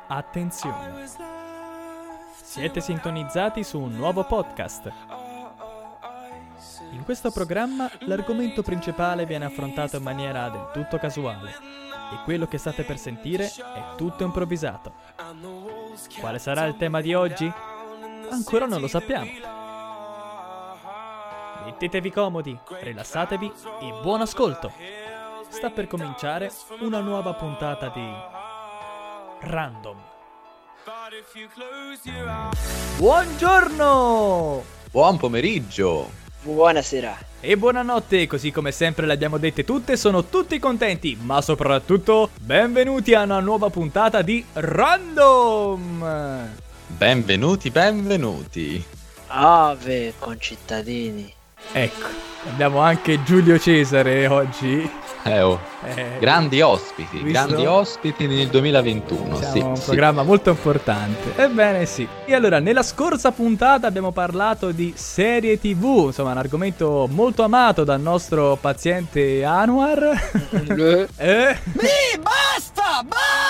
Attenzione! Siete sintonizzati su un nuovo podcast. In questo programma l'argomento principale viene affrontato in maniera del tutto casuale e quello che state per sentire è tutto improvvisato. Quale sarà il tema di oggi? Ancora non lo sappiamo. Mettetevi comodi, rilassatevi e buon ascolto! Sta per cominciare una nuova puntata di Random. Buongiorno! Buon pomeriggio! Buonasera! E buonanotte, così come sempre le abbiamo dette tutte, sono tutti contenti, ma soprattutto benvenuti a una nuova puntata di Random! Benvenuti! Ave concittadini! Ecco, abbiamo anche Giulio Cesare oggi. Grandi ospiti nel 2021. Siamo un programma molto importante. Ebbene sì. E allora, nella scorsa puntata abbiamo parlato di serie TV, insomma un argomento molto amato dal nostro paziente Anwar. Basta!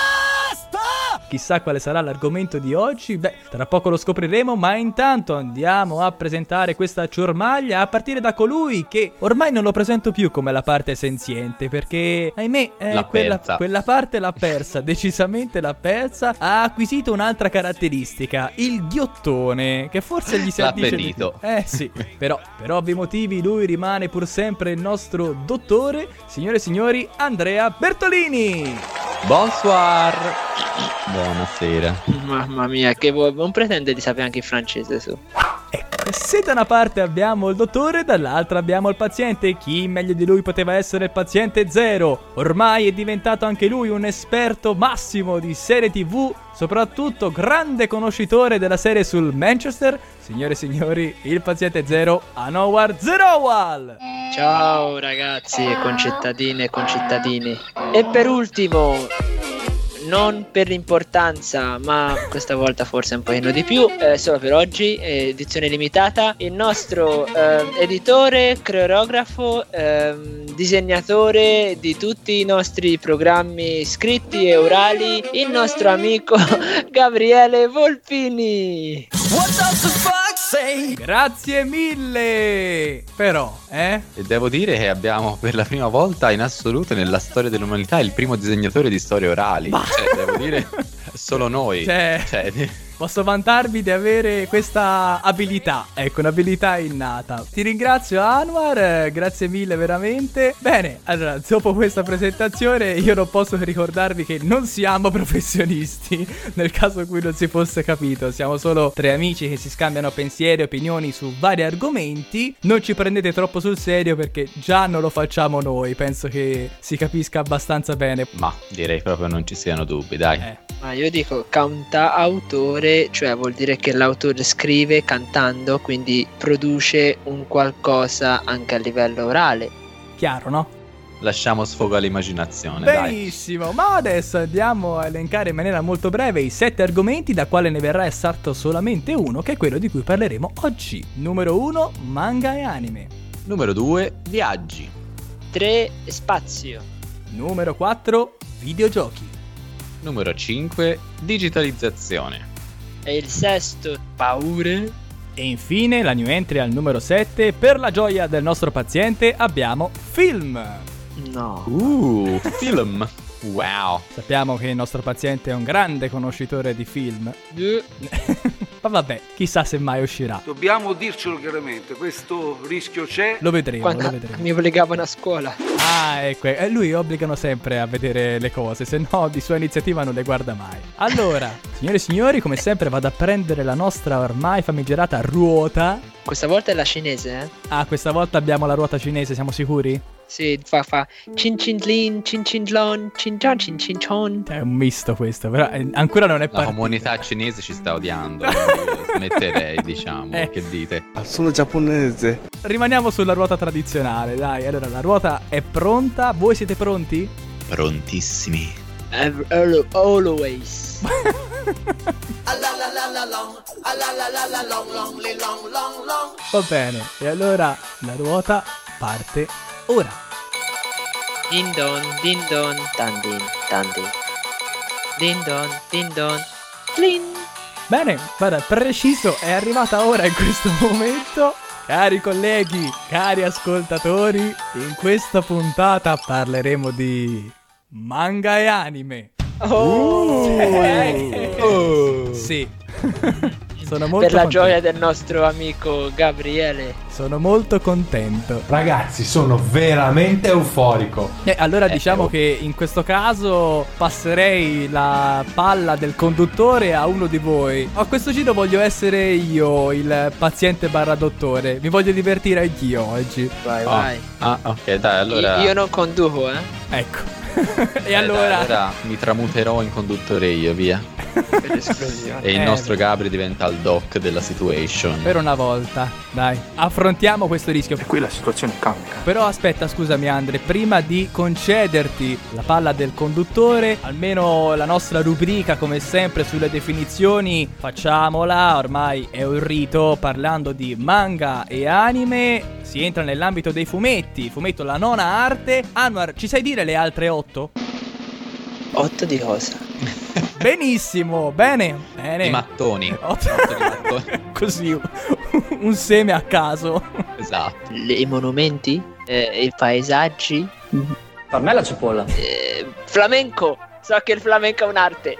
Chissà quale sarà l'argomento di oggi. Beh, tra poco lo scopriremo, ma intanto andiamo a presentare questa ciurmaglia a partire da colui che ormai non lo presento più come la parte senziente, perché ahimè quella parte l'ha persa, decisamente l'ha persa. Ha acquisito un'altra caratteristica, il ghiottone, che forse gli si addice di più. Sì, però per ovvi motivi lui rimane pur sempre il nostro dottore, signore e signori, Andrea Bertolini. Bonsoir. Buonasera. Mamma mia, che non pretende di sapere anche il francese su. Se da una parte abbiamo il dottore, dall'altra abbiamo il paziente. Chi meglio di lui poteva essere il paziente Zero? Ormai è diventato anche lui un esperto massimo di serie TV, soprattutto grande conoscitore della serie sul Manchester. Signore e signori, il paziente Zero, Anwar Zeroual. Ciao ragazzi e concittadine e concittadini. E per ultimo, non per l'importanza, ma questa volta forse un pochino di più, solo per oggi, edizione limitata, il nostro editore, coreografo, disegnatore di tutti i nostri programmi scritti e orali, il nostro amico Gabriele Volpini. What does the fuck say? Grazie mille. Però, E devo dire che abbiamo per la prima volta in assoluto nella storia dell'umanità il primo disegnatore di storie orali. Devo dire, solo noi. Posso vantarvi di avere questa abilità, ecco, un'abilità innata. Ti ringrazio Anwar, grazie mille veramente. Bene, allora, dopo questa presentazione io non posso che ricordarvi che non siamo professionisti, nel caso in cui non si fosse capito. Siamo solo tre amici che si scambiano pensieri e opinioni su vari argomenti. Non ci prendete troppo sul serio perché già non lo facciamo noi, penso che si capisca abbastanza bene. Ma direi proprio non ci siano dubbi, dai. Ma io dico cantautore, cioè vuol dire che l'autore scrive cantando, quindi produce un qualcosa anche a livello orale. Chiaro, no? Lasciamo sfogo all'immaginazione. Benissimo, dai. Ma adesso andiamo a elencare in maniera molto breve i 7 argomenti, da quale ne verrà estratto solamente uno, che è quello di cui parleremo oggi. Numero 1, manga e anime. Numero 2, viaggi. 3, spazio. Numero 4, videogiochi. Numero 5, digitalizzazione. E il sesto, paure. E infine la new entry al numero 7, per la gioia del nostro paziente abbiamo film. No. Film. Wow. Sappiamo che il nostro paziente è un grande conoscitore di film. Ma vabbè, chissà se mai uscirà. Dobbiamo dircelo chiaramente, questo rischio c'è. Lo vedremo, Quando lo vedremo. mi obbligavano a scuola. Ah, ecco, lui obbligano sempre a vedere le cose, se no di sua iniziativa non le guarda mai. Allora, signore e signori, come sempre vado a prendere la nostra ormai famigerata ruota. Questa volta è la cinese, eh? Ah, questa volta abbiamo la ruota cinese, siamo sicuri? Sì, fa cin cin lin, cin cin lon, cin chan cin cin chon. È un misto questo, però ancora non è La partita. comunità cinese ci sta odiando, quindi smetterei, diciamo. Che dite? Sono giapponese. Rimaniamo sulla ruota tradizionale, dai. Allora, la ruota è pronta, voi siete pronti? Prontissimi. Always. Va bene, e allora la ruota parte ora. Din don, dandin, dandin. Din don, din don. Plin. Bene, guarda, preciso, è arrivata ora in questo momento. Cari colleghi, cari ascoltatori, in questa puntata parleremo di manga e anime. Sì. Sono molto Per la contento. gioia del nostro amico Gabriele. Sono molto contento. Ragazzi, sono veramente euforico. Allora diciamo che in questo caso passerei la palla del conduttore a uno di voi. A questo giro voglio essere io il paziente barra dottore. Mi voglio divertire anch'io oggi. Vai, vai. Ah, ok, dai, allora... Io non conduco, Ecco. E Dai, allora mi tramuterò in conduttore io, via. per l'esplosione. E il nostro Gabri diventa il doc della situation. per una volta, dai, affrontiamo questo rischio. Qui la situazione cambia. Però aspetta, scusami Andre, prima di concederti la palla del conduttore, almeno la nostra rubrica come sempre sulle definizioni, facciamola, ormai è un rito, parlando di manga e anime, si entra nell'ambito dei fumetti, fumetto la nona arte. Anwar, ci sai dire le altre 8? 8 di cosa? Benissimo, bene. I mattoni. 8 di mattoni. Così, un seme a caso. Esatto. I monumenti? I paesaggi? Per me la cipolla. Flamenco! So che il flamenco è un'arte.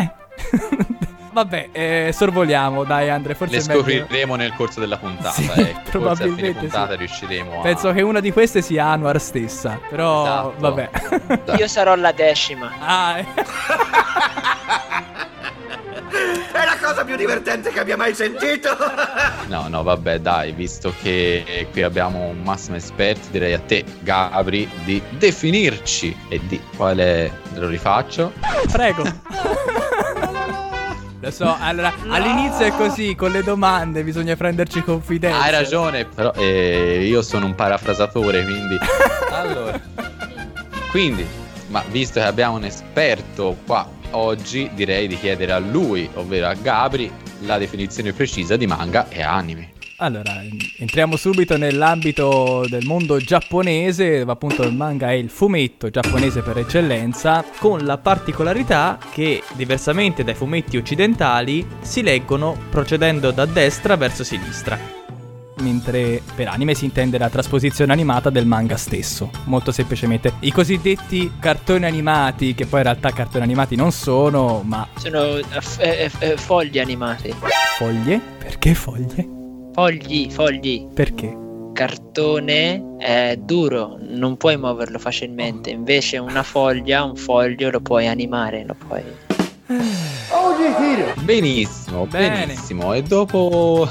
Vabbè, sorvoliamo, dai Andre, forse Le è meglio. scopriremo nel corso della puntata. Sì, Forse a fine probabilmente puntata sì. riusciremo a... Penso che una di queste sia Anwar stessa, però Esatto. vabbè. Io sarò la 10ª. Ah, È la cosa più divertente che abbia mai sentito. No, vabbè, dai, visto che qui abbiamo un massimo esperto, direi a te, Gabri, di definirci e di quale... Lo rifaccio? prego. Lo so, allora, all'inizio è così, con le domande bisogna prenderci confidenza. Hai ragione, però io sono un parafrasatore, quindi... Allora... Quindi, ma visto che abbiamo un esperto qua oggi, direi di chiedere a lui, ovvero a Gabri, la definizione precisa di manga e anime. Allora, entriamo subito nell'ambito del mondo giapponese, dove appunto il manga è il fumetto giapponese per eccellenza, con la particolarità che, diversamente dai fumetti occidentali, si leggono procedendo da destra verso sinistra. Mentre per anime si intende la trasposizione animata del manga stesso, molto semplicemente. I cosiddetti cartoni animati, che poi in realtà cartoni animati non sono, ma Sono fogli animati. foglie? Perché foglie? Fogli. Perché? Cartone è duro, non puoi muoverlo facilmente. Invece un foglio lo puoi animare, lo puoi. Benissimo, Bene. benissimo. E dopo...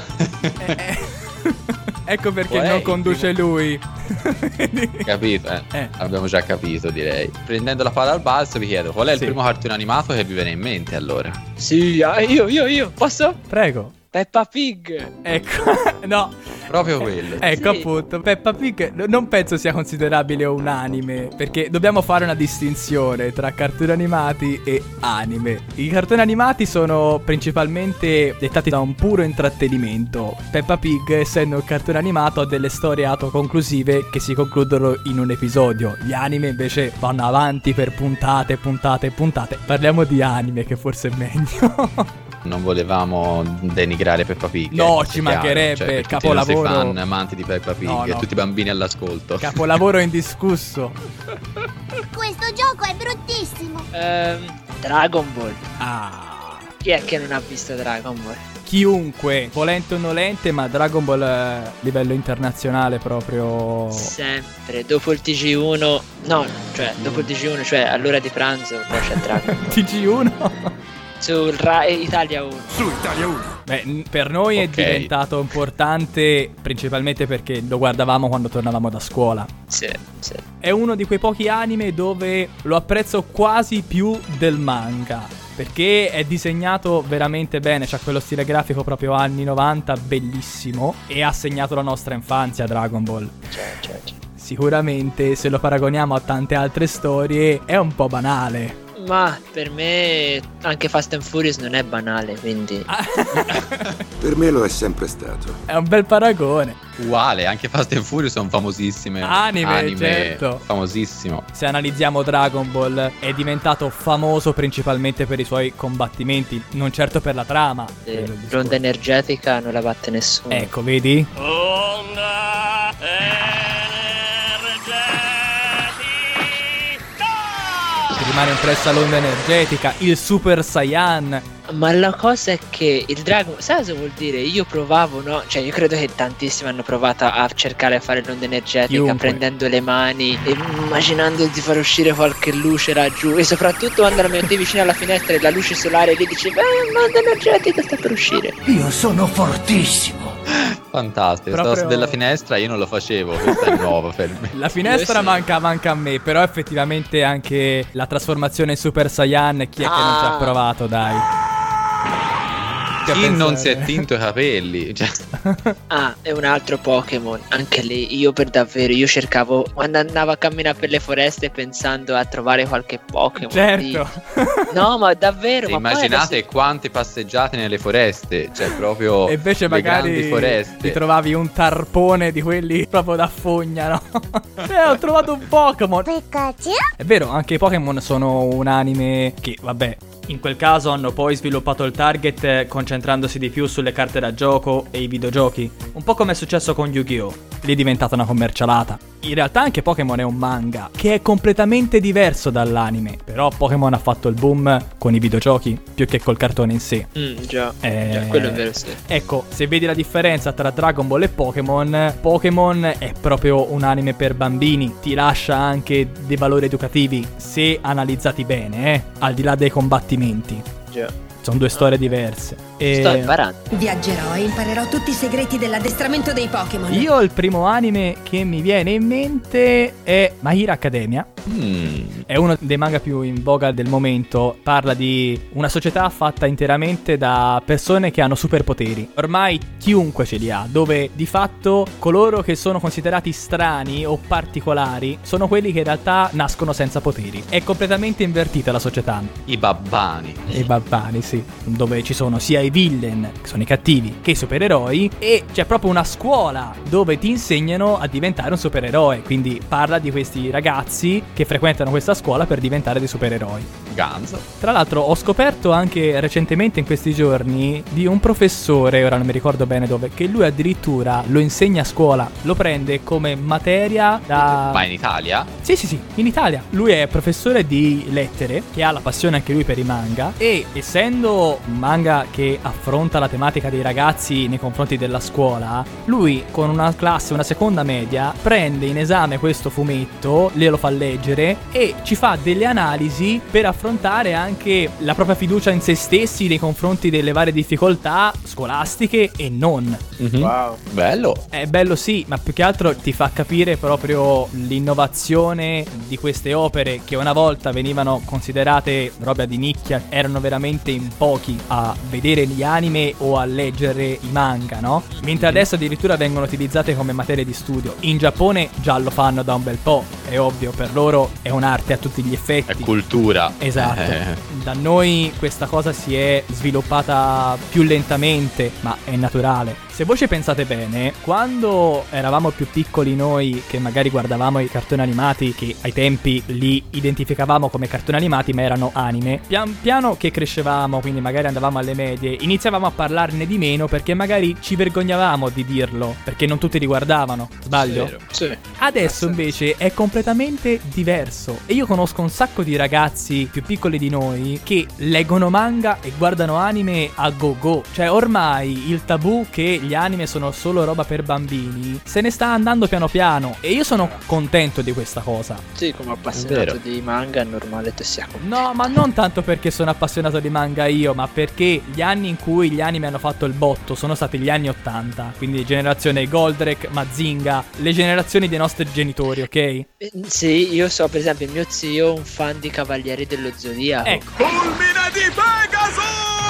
Ecco perché Qual è non il conduce lui. Capito, abbiamo già capito, direi. Prendendo la palla al balzo vi chiedo, qual è il Sì. primo cartone animato che vi viene in mente allora? Sì, io. Posso? Prego. Peppa Pig. Ecco, no. Proprio quello. Ecco Sì. appunto, Peppa Pig non penso sia considerabile un anime, perché dobbiamo fare una distinzione tra cartoni animati e anime. I cartoni animati sono principalmente dettati da un puro intrattenimento. Peppa Pig, essendo un cartone animato, ha delle storie autoconclusive che si concludono in un episodio. Gli anime invece vanno avanti per puntate. Parliamo di anime, che forse è meglio. Non volevamo denigrare Peppa Pig. No, sia ci mancherebbe, chiaro, per tutti i capolavoro. nostri fan amanti di Peppa Pig No, e no. tutti i bambini all'ascolto. Capolavoro indiscusso. Questo gioco è bruttissimo. Dragon Ball. Ah, Chi è che non ha visto Dragon Ball? chiunque, volente o nolente, ma Dragon Ball a livello internazionale proprio. Sempre. Dopo il TG1. No, cioè, dopo il TG1, cioè all'ora di pranzo, poi c'è Dragon Ball. TG1? Sul Rai Italia 1. Su Italia 1. Beh, per noi è Ok. diventato importante principalmente perché lo guardavamo quando tornavamo da scuola. Sì. È uno di quei pochi anime dove lo apprezzo quasi più del manga, perché è disegnato veramente bene, c'ha quello stile grafico proprio anni 90, bellissimo, e ha segnato la nostra infanzia Dragon Ball. Cioè. Sicuramente se lo paragoniamo a tante altre storie è un po' banale. Ma per me anche Fast and Furious non è banale, quindi Per me lo è sempre stato. È un bel paragone. Uguale, anche Fast and Furious sono famosissime Anime, certo. Famosissimo. Se analizziamo Dragon Ball, è diventato famoso principalmente per i suoi combattimenti, non certo per la trama. l'onda energetica non la batte nessuno. Ecco, vedi? Onda Ti rimane impressa l'onda energetica, il Super Saiyan. Ma la cosa è che il Dragon, sai cosa vuol dire? Io provavo, no? Cioè io credo che tantissimi hanno provato a cercare di fare l'onda energetica, Chiunque. prendendo le mani e immaginando di far uscire qualche luce laggiù. E soprattutto quando la metti vicino alla finestra e la luce solare lì dici l'onda energetica sta per uscire. Io sono fortissimo. Fantastico. Proprio- Stavo della finestra, io non lo facevo. Questa è nuova per me. La finestra manca a me, però effettivamente anche la trasformazione in Super Saiyan, chi è che non ci ha provato, dai? Chi non si è tinto i capelli? Cioè, Ah, è un altro Pokémon. Anche lì, io per davvero, io cercavo quando andavo a camminare per le foreste pensando a trovare qualche Pokémon. Certo. No, ma davvero. se ma poi immaginate adesso- quante passeggiate nelle foreste. Cioè, proprio E invece le grandi magari foreste. ti trovavi un tarpone di quelli proprio da fogna, no? Ho trovato un Pokémon. Pikachu? È vero, anche i Pokémon sono un anime che, vabbè, in quel caso hanno poi sviluppato il target concentrandosi di più sulle carte da gioco e i videogiochi. Un po' come è successo con Yu-Gi-Oh! Lì è diventata una commercialata. In realtà anche Pokémon è un manga che è completamente diverso dall'anime. Però Pokémon ha fatto il boom con i videogiochi più che col cartone in sé. Già, quello è vero, sì. Ecco, se vedi la differenza tra Dragon Ball e Pokémon, Pokémon è proprio un anime per bambini. Ti lascia anche dei valori educativi, se analizzati bene, al di là dei combattimenti. Già. Sono due storie diverse. Sto imparando. Viaggerò e imparerò tutti i segreti dell'addestramento dei Pokémon. Io il primo anime che mi viene in mente è My Hero Academia. È uno dei manga più in voga del momento. Parla di una società fatta interamente da persone che hanno superpoteri. Ormai chiunque ce li ha, dove di fatto coloro che sono considerati strani o particolari sono quelli che in realtà nascono senza poteri. È completamente invertita la società. I babbani. I babbani, sì. Dove ci sono sia i villain, che sono i cattivi, che i supereroi. E c'è proprio una scuola dove ti insegnano a diventare un supereroe. Quindi parla di questi ragazzi che frequentano questa scuola per diventare dei supereroi. Ganzo. Tra l'altro ho scoperto anche recentemente in questi giorni di un professore, ora non mi ricordo bene dove, che lui addirittura lo insegna a scuola. Lo prende come materia da... Ma in Italia? Sì, in Italia. Lui è professore di lettere, che ha la passione anche lui per i manga. E essendo un manga che affronta la tematica dei ragazzi nei confronti della scuola, lui con una classe, una seconda media, prende in esame questo fumetto, glielo fa leggere e ci fa delle analisi per affrontare anche la propria fiducia in se stessi nei confronti delle varie difficoltà scolastiche e non. Wow. Bello. È bello sì, ma più che altro ti fa capire proprio l'innovazione di queste opere che una volta venivano considerate roba di nicchia, erano veramente in pochi a vedere gli anime o a leggere i manga, no? Mentre adesso addirittura vengono utilizzate come materie di studio. In Giappone già lo fanno da un bel po', è ovvio, per loro è un'arte a tutti gli effetti. È cultura. Esatto. Da noi questa cosa si è sviluppata più lentamente, ma è naturale. Se voi ci pensate bene, quando eravamo più piccoli noi, che magari guardavamo i cartoni animati, che ai tempi li identificavamo come cartoni animati ma erano anime, pian piano che crescevamo, quindi magari andavamo alle medie, iniziavamo a parlarne di meno perché magari ci vergognavamo di dirlo, perché non tutti li guardavano, sbaglio? Sì. Adesso invece è completamente diverso e io conosco un sacco di ragazzi più piccoli di noi che leggono manga e guardano anime a go go. Cioè ormai il tabù che gli anime sono solo roba per bambini se ne sta andando piano piano e io sono contento di questa cosa. Sì, come appassionato di manga è normale che sia contento. No, ma non tanto perché sono appassionato di manga io, ma perché gli anni in cui gli anime hanno fatto il botto sono stati gli anni 80, quindi generazione Goldrake, Mazinga, le generazioni dei nostri genitori, ok? Sì, io so per esempio mio zio un fan di Cavalieri dello Zodiaco. Ecco. Fulmine di Pegasus!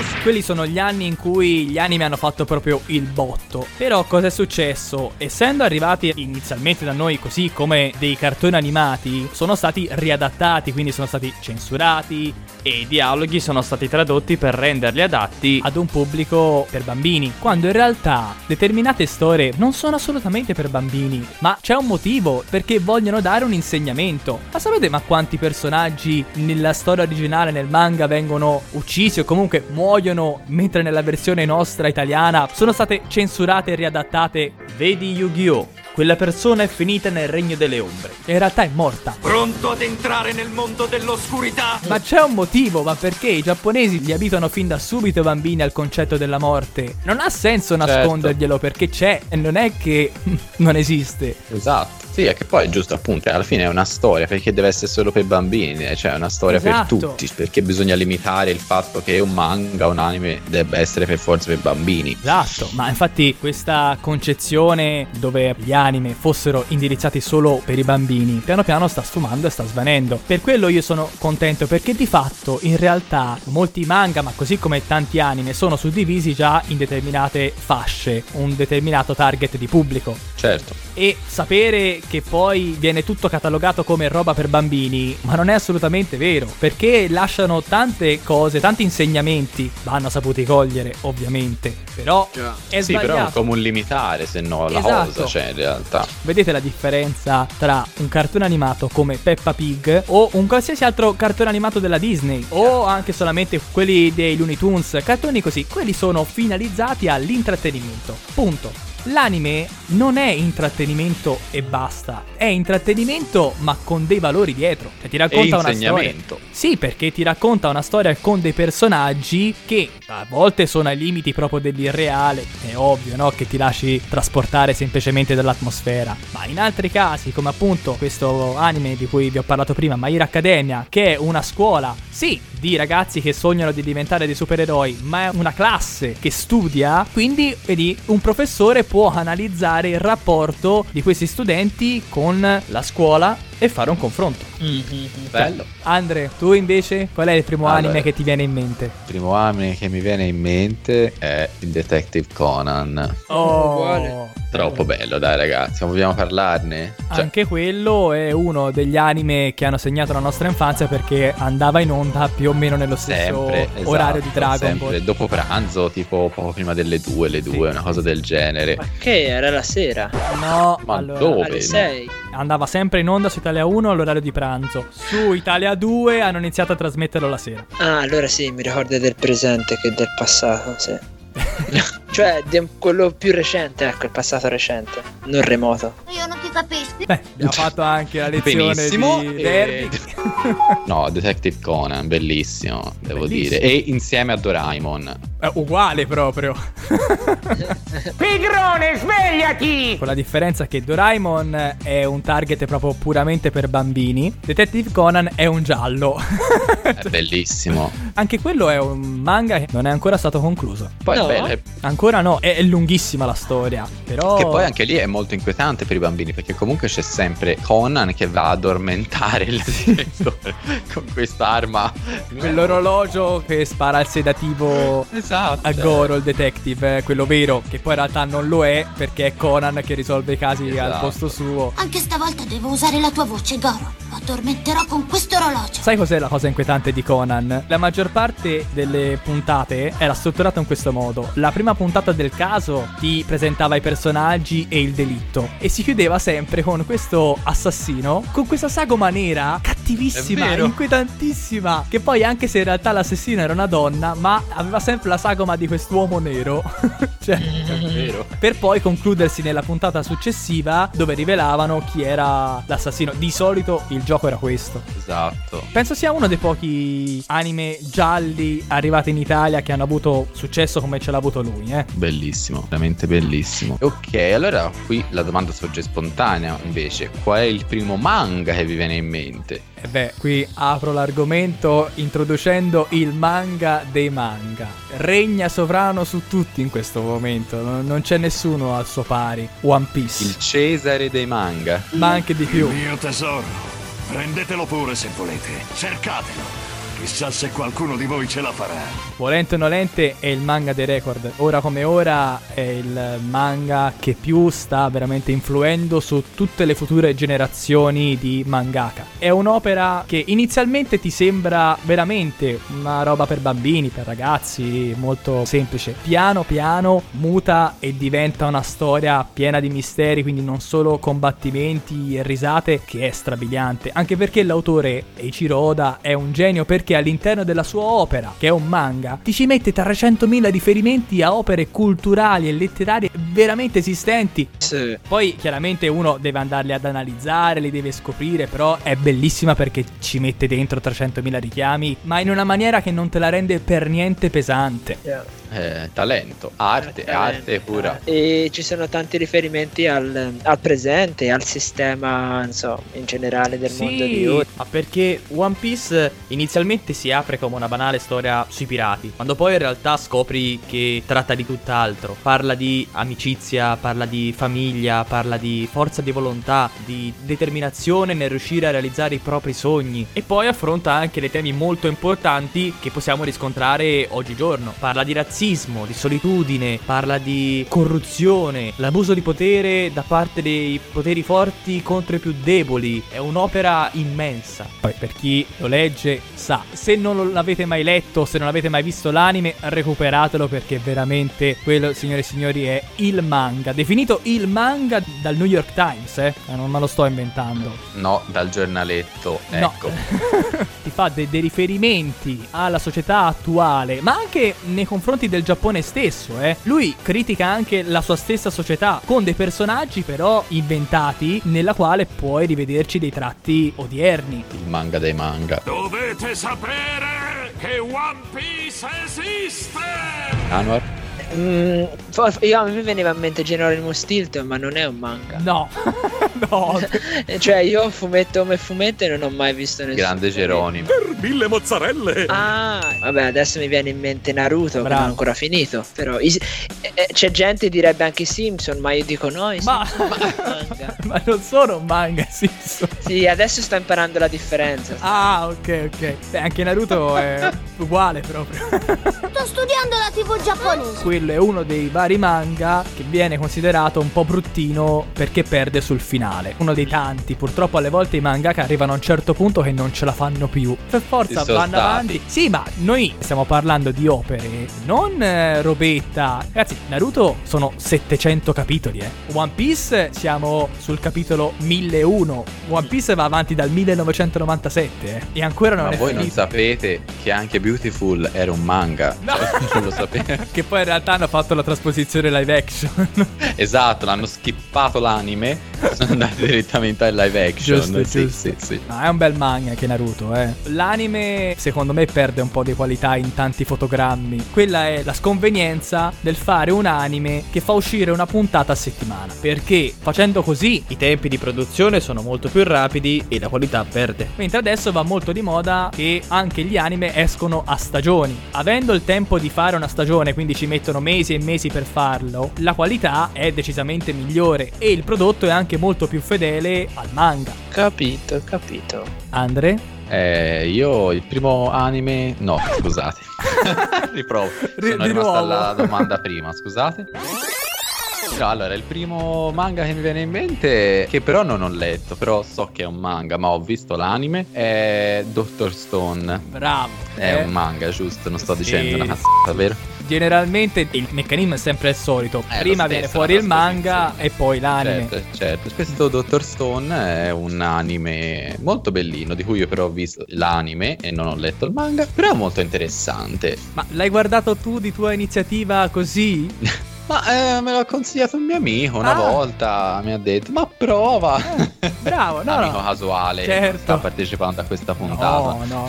Quelli sono gli anni in cui gli anime hanno fatto proprio il botto. Però cosa è successo? Essendo arrivati inizialmente da noi così come dei cartoni animati, sono stati riadattati, quindi sono stati censurati e i dialoghi sono stati tradotti per renderli adatti ad un pubblico per bambini, quando in realtà determinate storie non sono assolutamente per bambini, ma c'è un motivo, perché vogliono dare un insegnamento. Ma sapete quanti personaggi nella storia originale, nel manga, vengono uccisi o comunque muoiono, mentre nella versione nostra italiana sono state censurate e riadattate? Vedi Yu-Gi-Oh! Quella persona è finita nel regno delle ombre. In realtà è morta. Pronto ad entrare nel mondo dell'oscurità? Ma c'è un motivo, ma perché i giapponesi li abituano fin da subito i bambini al concetto della morte. Non ha senso nasconderglielo, perché c'è e non è che non esiste. Esatto. Sì, è che poi giusto appunto alla fine è una storia, perché deve essere solo per bambini, cioè è una storia per tutti, perché bisogna limitare il fatto che un manga, un anime debba essere per forza per bambini. Esatto, ma infatti questa concezione dove gli anime fossero indirizzati solo per i bambini piano piano sta sfumando e sta svanendo. Per quello io sono contento, perché di fatto in realtà molti manga, ma così come tanti anime, sono suddivisi già in determinate fasce, un determinato target di pubblico. Certo. E sapere che poi viene tutto catalogato come roba per bambini, ma non è assolutamente vero, perché lasciano tante cose, tanti insegnamenti, vanno saputi cogliere ovviamente, però è sbagliato. Però come un limitare, se no la cosa, cioè in realtà vedete la differenza tra un cartone animato come Peppa Pig o un qualsiasi altro cartone animato della Disney, o anche solamente quelli dei Looney Tunes, cartoni così, quelli sono finalizzati all'intrattenimento, punto. L'anime non è intrattenimento e basta, è intrattenimento ma con dei valori dietro, cioè ti racconta una storia. Sì, perché ti racconta una storia con dei personaggi che a volte sono ai limiti proprio dell'irreale, è ovvio, no, che ti lasci trasportare semplicemente dall'atmosfera, ma in altri casi, come appunto questo anime di cui vi ho parlato prima, My Hero Academia, che è una scuola, sì, di ragazzi che sognano di diventare dei supereroi, ma è una classe che studia, quindi vedi, un professore può analizzare il rapporto di questi studenti con la scuola e fare un confronto. Bello. Andre, tu invece qual è il primo anime che ti viene in mente? Il primo anime che mi viene in mente è il Detective Conan. Troppo bello, dai ragazzi, vogliamo parlarne? Anche quello è uno degli anime che hanno segnato la nostra infanzia, perché andava in onda più o meno nello stesso orario di Dragon Ball. Dopo pranzo, tipo poco prima delle 2, una cosa del genere. Ma che era la sera? No, ma allora, dove? Alle 6. Andava sempre in onda su Italia 1 all'orario di pranzo. Su Italia 2 hanno iniziato a trasmetterlo la sera. Ah, allora sì, mi ricordo del presente che del passato, sì. Cioè quello più recente, ecco, il passato recente, non remoto. Io non ti capisco. Beh, abbiamo fatto anche la lezione di Derby. No, Detective Conan, bellissimo, devo dire. E insieme a Doraemon. Uguale proprio. Pigrone, svegliati! Con la differenza che Doraemon è un target proprio puramente per bambini, Detective Conan è un giallo. È bellissimo. Anche quello è un manga che non è ancora stato concluso. Poi no, è bello. Ancora no, è lunghissima la storia, però... Che poi anche lì è molto inquietante per i bambini, perché comunque c'è sempre Conan che va ad addormentare il direttore con quest'arma. Quell'orologio che spara il sedativo a Goro, il detective, quello vero, che poi in realtà non lo è, perché è Conan che risolve i casi al posto suo. Anche stavolta devo usare la tua voce, Goro. Lo addormenterò con questo orologio. Sai cos'è la cosa inquietante di Conan? La maggior parte delle puntate era strutturata in questo modo. La prima puntata del caso ti presentava i personaggi e il delitto, e si chiudeva sempre con questo assassino con questa sagoma nera cattivissima, inquietantissima, che poi, anche se in realtà l'assassino era una donna, ma aveva sempre la sagoma di quest'uomo nero. Cioè, è vero. Per poi concludersi nella puntata successiva, dove rivelavano chi era l'assassino. Di solito il gioco era questo. Esatto. Penso sia uno dei pochi anime gialli arrivati in Italia che hanno avuto successo come ce l'ha avuto lui, Bellissimo, veramente bellissimo. Ok, allora qui la domanda sorge spontanea invece. Qual è il primo manga che vi viene in mente? E beh, qui apro l'argomento introducendo il manga dei manga. Regna sovrano su tutti in questo momento, non c'è nessuno al suo pari. One Piece. Il Cesare dei manga. Ma anche di più. Il mio tesoro, prendetelo pure se volete, cercatelo. Chissà se qualcuno di voi ce la farà. Volente o nolente è il manga dei record. Ora come ora è il manga che più sta veramente influendo su tutte le future generazioni di mangaka. È un'opera che inizialmente ti sembra veramente una roba per bambini, per ragazzi, molto semplice. Piano piano muta e diventa una storia piena di misteri, quindi non solo combattimenti e risate, che è strabiliante. Anche perché l'autore Eiichiro Oda è un genio, perché all'interno della sua opera, che è un manga, ti ci mette 300.000 riferimenti a opere culturali e letterarie veramente esistenti. Sì. Poi chiaramente uno deve andarli ad analizzare, li deve scoprire, però è bellissima perché ci mette dentro 300.000 richiami, ma in una maniera che non te la rende per niente pesante. Talento, arte pura. E ci sono tanti riferimenti al presente, al sistema, insomma, in generale del mondo di Oda. Ma perché One Piece inizialmente si apre come una banale storia sui pirati, quando poi in realtà scopri che tratta di tutt'altro. Parla di amicizia, parla di famiglia, parla di forza di volontà, di determinazione nel riuscire a realizzare i propri sogni, e poi affronta anche dei temi molto importanti che possiamo riscontrare oggigiorno. Parla di razzismo, di solitudine, parla di corruzione, l'abuso di potere da parte dei poteri forti contro i più deboli. È un'opera immensa. Poi per chi lo legge sa, se non l'avete mai letto, se non avete mai visto l'anime, recuperatelo, perché veramente quello, signore e signori, è il manga, definito il manga dal New York Times, non me lo sto inventando. No, dal giornaletto, ecco. No. Ti fa dei riferimenti alla società attuale, ma anche nei confronti del Giappone stesso, Lui critica anche la sua stessa società con dei personaggi però inventati, nella quale puoi rivederci dei tratti odierni. Il manga dei manga. Dovete sapere che One Piece esiste! Anwar? A me veniva in mente Geronimo Stilton, ma non è un manga. No. No. Cioè io fumetto come fumetto e non ho mai visto nessuno. Grande Geronimo. Per 1000 mozzarelle! Ah, vabbè, adesso mi viene in mente Naruto, che non ho ancora finito. Però c'è gente che direbbe anche i Simpson, ma io dico no, i Simpson manga. Ma non sono un manga, Simpson. Sì, adesso sto imparando la differenza. Ah, ok. Beh, anche Naruto è uguale proprio. Sto studiando la TV giapponese. Quello è uno dei vari manga che viene considerato un po' bruttino perché perde sul finale. Uno dei tanti. Purtroppo alle volte i mangaka arrivano a un certo punto che non ce la fanno più. Per forza vanno avanti. Sì, ma noi stiamo parlando di opere, non robetta. Ragazzi, Naruto sono 700 capitoli, One Piece siamo sul capitolo 1001. One Piece va avanti dal 1997, e ancora non è finito. Ma voi non sapete che anche Beautiful era un manga? No. Non lo sapete. Che poi in realtà hanno fatto la trasposizione live action. Esatto, l'hanno skippato l'anime, sono andati direttamente al live action. Giusto. Sì. No, è un bel manga anche Naruto, L'anime secondo me perde un po' di qualità in tanti fotogrammi. Quella è la sconvenienza del fare un anime che fa uscire una puntata a settimana, perché facendo così i tempi di produzione sono molto più rapidi e la qualità perde. Mentre adesso va molto di moda che anche gli anime escono a stagioni. Avendo il tempo di fare una stagione, quindi ci mettono mesi e mesi per farlo, la qualità è decisamente migliore e il prodotto è anche molto più fedele al manga. Capito. Andre? Io il primo anime... No, scusate. Riprovo. Sono rimasto alla domanda prima, scusate. No, allora, il primo manga che mi viene in mente, che però non ho letto, però so che è un manga, ma ho visto l'anime, è Dr. Stone. Bravo. È un manga, giusto? Non sto dicendo una cazzata, vero? Generalmente il meccanismo è sempre il solito. Prima viene fuori il manga e poi l'anime. Certo. Questo Dr. Stone è un anime molto bellino, di cui io però ho visto l'anime e non ho letto il manga, però è molto interessante. Ma l'hai guardato tu di tua iniziativa così? Ma me l'ha consigliato un mio amico una volta, mi ha detto ma prova. Bravo, no, amico casuale, certo. Sta partecipando a questa puntata. No.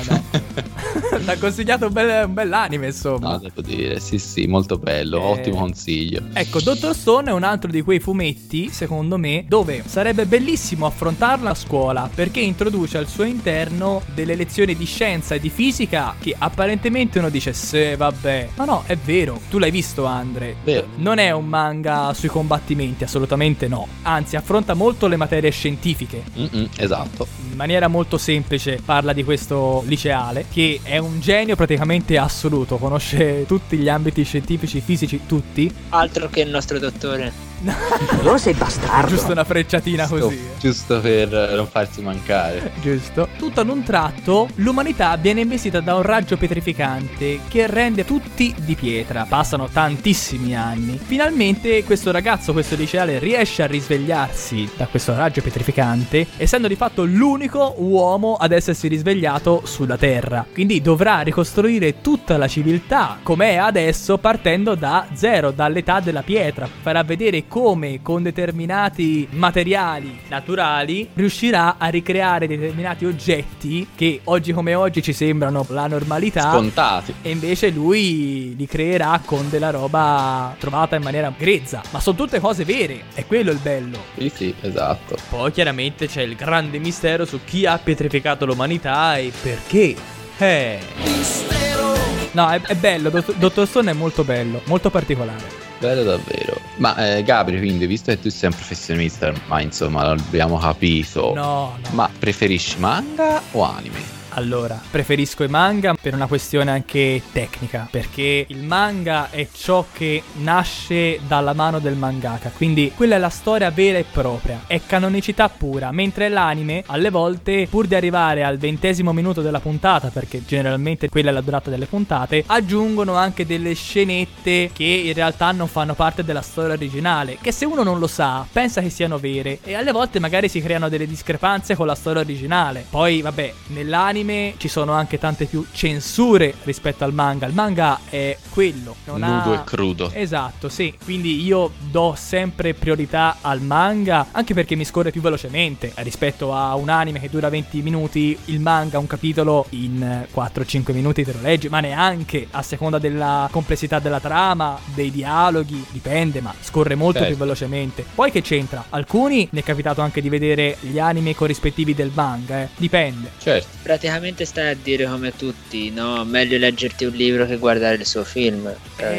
L'ha consigliato un bell'anime, insomma. No, devo dire, sì, molto bello, ottimo consiglio. Ecco, Dr. Stone è un altro di quei fumetti, secondo me, dove sarebbe bellissimo affrontarlo a scuola, perché introduce al suo interno delle lezioni di scienza e di fisica che apparentemente uno dice, sì, vabbè. Ma no, è vero. Tu l'hai visto, Andre? Vero. non è un manga sui combattimenti, assolutamente no. Anzi, affronta molto le materie scientifiche. Esatto. In maniera molto semplice parla di questo liceale che è un genio praticamente assoluto, conosce tutti gli ambiti scientifici, fisici, tutti. Altro che il nostro dottore. Non sei bastardo. Giusto una frecciatina così. Giusto per non farsi mancare. Giusto. Tutto ad un tratto l'umanità viene investita da un raggio pietrificante che rende tutti di pietra. Passano tantissimi anni. Finalmente questo ragazzo, questo liceale, riesce a risvegliarsi da questo raggio pietrificante, essendo di fatto l'unico uomo ad essersi risvegliato sulla Terra. Quindi dovrà ricostruire tutta la civiltà com'è adesso, partendo da zero, dall'età della pietra. Farà vedere come con determinati materiali naturali riuscirà a ricreare determinati oggetti che oggi come oggi ci sembrano la normalità, scontati, e invece lui li creerà con della roba trovata in maniera grezza. Ma sono tutte cose vere, è quello il bello. Sì, esatto. Poi chiaramente c'è il grande mistero su chi ha pietrificato l'umanità e perché. No, è bello, Dottor Stone è molto bello, molto particolare. Bello davvero. Ma Gabri, quindi, visto che tu sei un professionista, ma insomma l'abbiamo capito, no. Ma preferisci manga o anime? Allora, preferisco i manga per una questione anche tecnica, perché il manga è ciò che nasce dalla mano del mangaka, quindi quella è la storia vera e propria, è canonicità pura, mentre l'anime alle volte, pur di arrivare al 20° minuto della puntata, perché generalmente quella è la durata delle puntate, aggiungono anche delle scenette che in realtà non fanno parte della storia originale, che se uno non lo sa pensa che siano vere, e alle volte magari si creano delle discrepanze con la storia originale. Poi vabbè, nell'anime ci sono anche tante più censure rispetto al manga. Il manga è quello, nudo e crudo. Esatto, sì. Quindi io do sempre priorità al manga, anche perché mi scorre più velocemente rispetto a un anime che dura 20 minuti. Il manga, un capitolo in 4-5 minuti te lo leggi, ma neanche, a seconda della complessità della trama, dei dialoghi, dipende, ma scorre molto più velocemente. Poi che c'entra? Alcuni mi è capitato anche di vedere gli anime corrispettivi del manga, dipende. Certo. Praticamente stai a dire come tutti, no? Meglio leggerti un libro che guardare il suo film.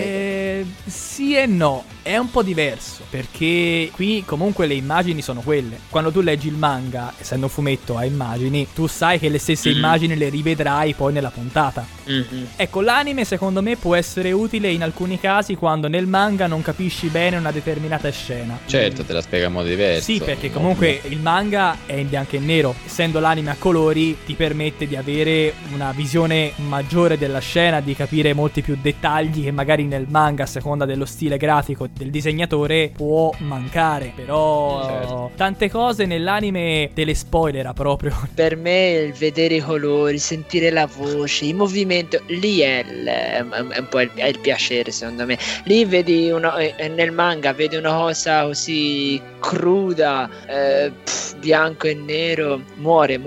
Sì e no, è un po' diverso, perché qui comunque le immagini sono quelle. Quando tu leggi il manga, essendo un fumetto a immagini, tu sai che le stesse immagini le rivedrai poi nella puntata. Ecco, l'anime secondo me può essere utile in alcuni casi quando nel manga non capisci bene una determinata scena. Certo, te la spiega in modo diverso. Sì, perché comunque il manga è in bianco e nero, essendo l'anime a colori ti permette di avere una visione maggiore della scena, di capire molti più dettagli che magari nel manga, a seconda dello stile grafico del disegnatore, può mancare. Però tante cose nell'anime te le spoilera proprio. Per me il vedere i colori, sentire la voce, i movimenti, lì è un po' il piacere, secondo me. Lì vedi nel manga vedi una cosa così cruda, bianco e nero, muore.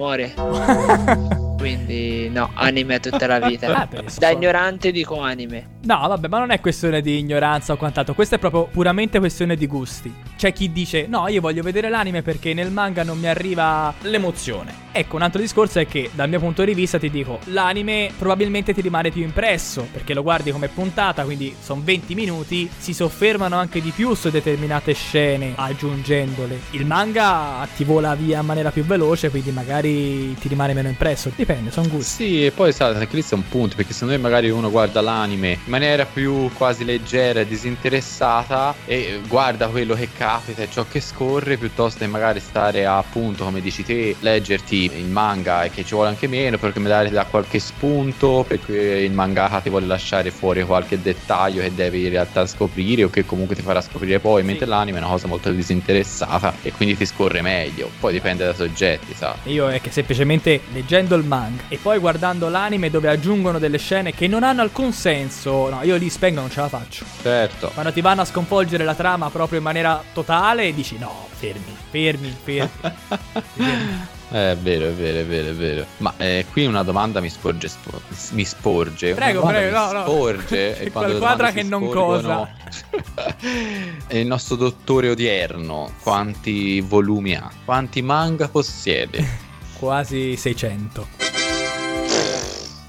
Quindi no, anime tutta la vita. Da ignorante dico anime. No, vabbè, ma non è questione di ignoranza o quant'altro. Questa è proprio puramente questione di gusti. C'è chi dice no, io voglio vedere l'anime perché nel manga non mi arriva l'emozione. Ecco, un altro discorso è che dal mio punto di vista ti dico, l'anime probabilmente ti rimane più impresso, perché lo guardi come puntata, quindi sono 20 minuti, si soffermano anche di più su determinate scene aggiungendole. Il manga ti vola via in maniera più veloce, quindi magari ti rimane meno impresso. Dipende, sono gusti. Sì, e poi sai, anche lì c'è un punto, perché secondo me magari uno guarda l'anime in maniera più quasi leggera e disinteressata e guarda quello che capita e ciò che scorre, piuttosto che magari stare a, appunto, come dici te, leggerti il manga, e che ci vuole anche meno perché magari ti dà qualche spunto, perché il mangaka ti vuole lasciare fuori qualche dettaglio che devi in realtà scoprire o che comunque ti farà scoprire poi, mentre l'anime è una cosa molto disinteressata e quindi ti scorre meglio. Poi dipende dai soggetti, sa. Io è che semplicemente leggendo il manga e poi guardando l'anime dove aggiungono delle scene che non hanno alcun senso, no, io lì spengo, non ce la faccio. Certo. Quando ti vanno a sconvolgere la trama proprio in maniera totale, dici no, fermi. È vero. Ma qui una domanda mi sporge. Prego, no. Sporge. E quel quadra che non cosa. Il nostro dottore odierno quanti volumi ha? Quanti manga possiede? Quasi 600.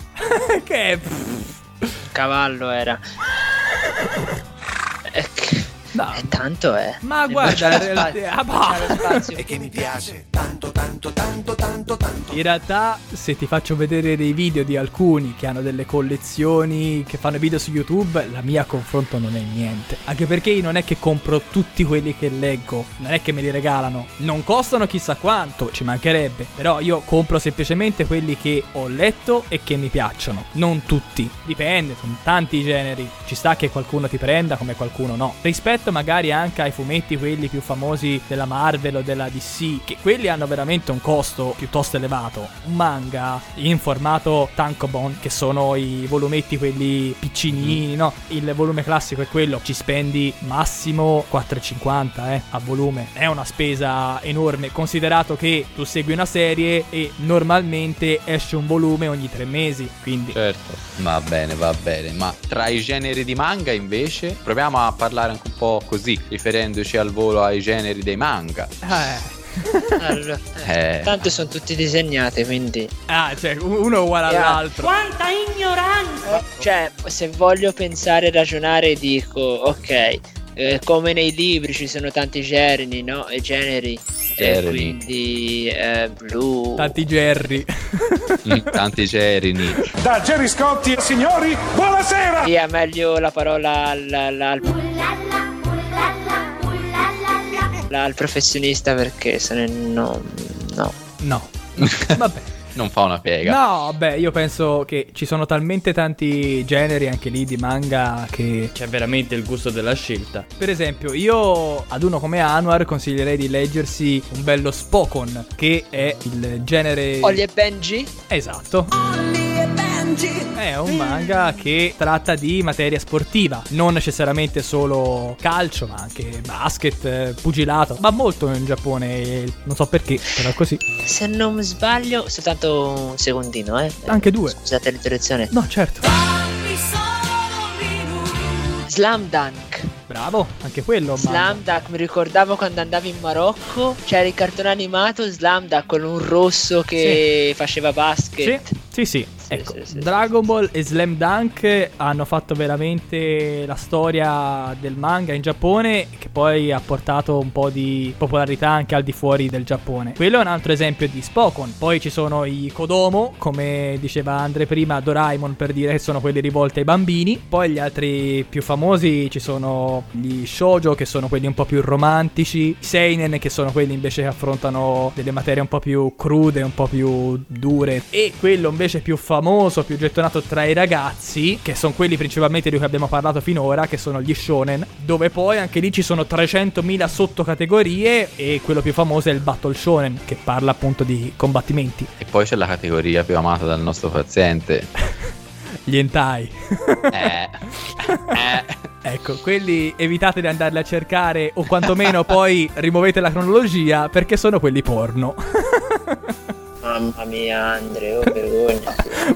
Che cavallo era. No. Tanto è. Ma guarda, E che mi piace tanto, tanto, tanto, tanto, tanto. in realtà, se ti faccio vedere dei video di alcuni che hanno delle collezioni, che fanno video su YouTube, la mia a confronto non è niente. Anche perché io non è che compro tutti quelli che leggo, non è che me li regalano, non costano chissà quanto, ci mancherebbe, però io compro semplicemente quelli che ho letto e che mi piacciono, non tutti, dipende, sono tanti i generi, ci sta che qualcuno ti prenda come qualcuno no, rispetto magari anche ai fumetti quelli più famosi della Marvel o della DC, che quelli hanno veramente un costo piuttosto elevato. Un manga in formato tankobon, che sono i volumetti quelli piccinini, no? Il volume classico è quello, ci spendi massimo 4,50 a volume, è una spesa enorme, considerato che tu segui una serie e normalmente esce un volume ogni 3 mesi, quindi certo. Va bene, ma tra i generi di manga invece proviamo a parlare anche un po' così, riferendoci al volo ai generi dei manga. Allora, tanto sono tutti disegnati, quindi cioè uno è uguale all'altro. Quanta ignoranza! Cioè, se voglio pensare e ragionare dico, ok, come nei libri ci sono tanti generi, no? E generi. Quindi blu. Tanti Jerry. Tanti Gerini. Da Gerry Scotti, signori, buonasera! Sì, è meglio la parola al professionista, perché se no. Vabbè. Non fa una piega. No, beh, io penso che ci sono talmente tanti generi anche lì di manga che c'è veramente il gusto della scelta. Per esempio, io ad uno come Anwar consiglierei di leggersi un bello Spokon, che è il genere Holly e Benji? Esatto. È un manga che tratta di materia sportiva, non necessariamente solo calcio, ma anche basket, pugilato. Va molto in Giappone, non so perché, però è così. Se non mi sbaglio, soltanto un secondino, Anche 2. Scusate l'interruzione. No, certo. Slam Dunk. Bravo, anche quello. Slam Dunk, mi ricordavo quando andavo in Marocco, c'era il cartone animato Slam Dunk con un rosso che faceva basket. Sì. Ecco, Dragon Ball e Slam Dunk hanno fatto veramente la storia del manga in Giappone, che poi ha portato un po' di popolarità anche al di fuori del Giappone. Quello è un altro esempio di Spokon. Poi ci sono i Kodomo, come diceva Andre prima, Doraemon, per dire che sono quelli rivolti ai bambini. Poi gli altri più famosi ci sono gli shoujo, che sono quelli un po' più romantici, i seinen, che sono quelli invece che affrontano delle materie un po' più crude, un po' più dure, e quello invece più famoso, più gettonato tra i ragazzi, che sono quelli principalmente di cui abbiamo parlato finora, che sono gli shonen, dove poi anche lì ci sono 300.000 sottocategorie, e quello più famoso è il Battle Shonen, che parla appunto di combattimenti. E poi c'è la categoria più amata dal nostro paziente, gli hentai. Ecco, quelli evitate di andarli a cercare, o quantomeno poi rimuovete la cronologia, perché sono quelli porno. Mamma mia, Andre, vergogna.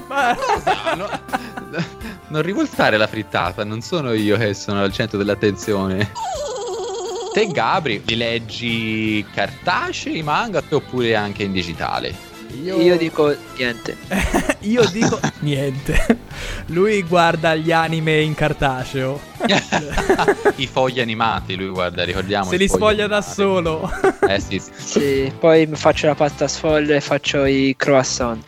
Non rivoltare la frittata, non sono io che sono al centro dell'attenzione. Te, Gabri, li leggi cartacei, manga, oppure anche in digitale? Io dico niente. Io dico niente. Lui guarda gli anime in cartaceo. I fogli animati lui guarda, ricordiamo. Se li sfoglia da solo. Sì, poi mi faccio la pasta sfoglia e faccio i croissant.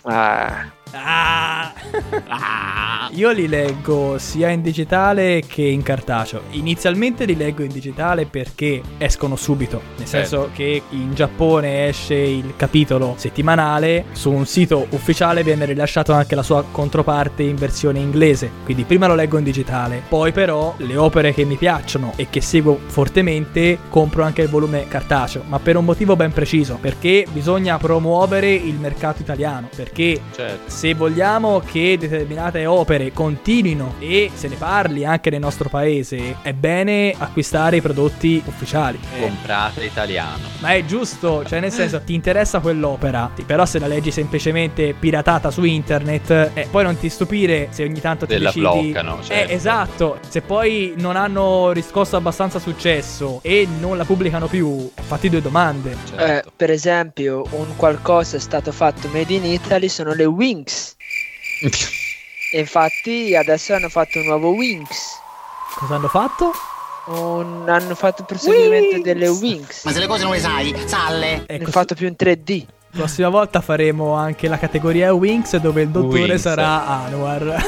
Io li leggo sia in digitale che in cartaceo. Inizialmente li leggo in digitale perché escono subito, nel senso che in Giappone esce il capitolo settimanale, su un sito ufficiale viene rilasciato anche la sua controparte in versione inglese, quindi prima lo leggo in digitale, poi però le opere che mi piacciono e che seguo fortemente compro anche il volume cartaceo, ma per un motivo ben preciso, perché bisogna promuovere il mercato italiano, perché se vogliamo che determinate opere continuino e se ne parli anche nel nostro paese, è bene acquistare i prodotti ufficiali. Comprate italiano. Ma è giusto, cioè nel senso, ti interessa quell'opera, però se la leggi semplicemente piratata su internet, poi non ti stupire se ogni tanto ti decidi bloccano, certo. Esatto, se poi non hanno riscosso abbastanza successo e non la pubblicano più, fatti due domande. Certo. Per esempio, un qualcosa è stato fatto made in Italy, sono le Winx. E infatti adesso hanno fatto un nuovo Winx. Cosa hanno fatto? hanno fatto il proseguimento delle Winx. Ma se le cose non le sai, salle. Hanno fatto più in 3D. Prossima volta faremo anche la categoria Winx, dove il dottore Winx. sarà Anwar.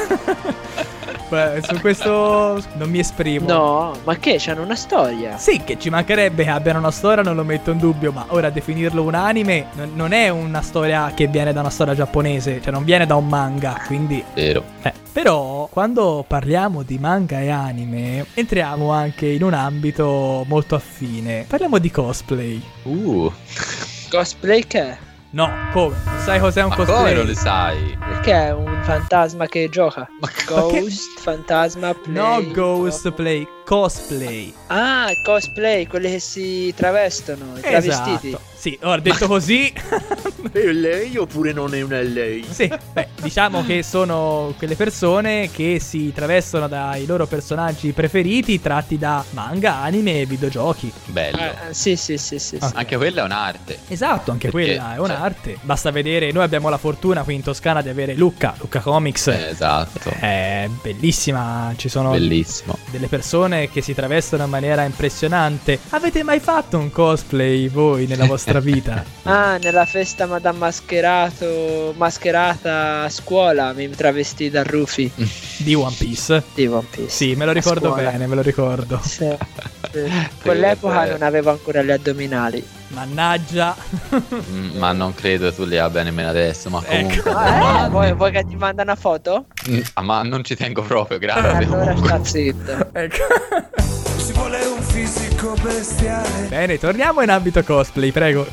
Beh, su questo non mi esprimo. No, ma che? C'hanno una storia. Sì, che ci mancherebbe che abbiano una storia, non lo metto in dubbio, ma ora definirlo un anime non è una storia che viene da una storia giapponese, cioè non viene da un manga, quindi... Vero. Però quando parliamo di manga e anime entriamo anche in un ambito molto affine. Parliamo di cosplay. Cosplay che è? No, come? Sai cos'è un Ma cosplay? come non le sai? Perché è un fantasma che gioca. Ghost, fantasma, play. No, ghost play, cosplay. Ah, cosplay, quelli che si travestono, i travestiti. Esatto. Sì, ora detto così. È lei oppure non è una lei? Sì, beh, diciamo che sono quelle persone che si travestono dai loro personaggi preferiti tratti da manga, anime e videogiochi. Bello. Sì. Anche quella è un'arte. Esatto, anche Perché, quella è un'arte. Basta vedere, noi abbiamo la fortuna qui in Toscana di avere Lucca Comics. Esatto. È bellissima, ci sono Bellissimo. delle persone che si travestono in maniera impressionante. Avete mai fatto un cosplay voi nella vostra vita? Ah, nella festa Madame mascherata a scuola mi travestì da Rufy. Di One Piece? Di One Piece. Sì, me lo ricordo bene, me lo ricordo. Sì. Quell'epoca non avevo ancora gli addominali. Mannaggia. Ma non credo tu li abbia nemmeno adesso. Ma comunque. Vuoi che ti manda una foto? Ma non ci tengo proprio, grazie. Allora sta zitto. Si vuole un fisico bestiale. Bene, torniamo in ambito cosplay, prego.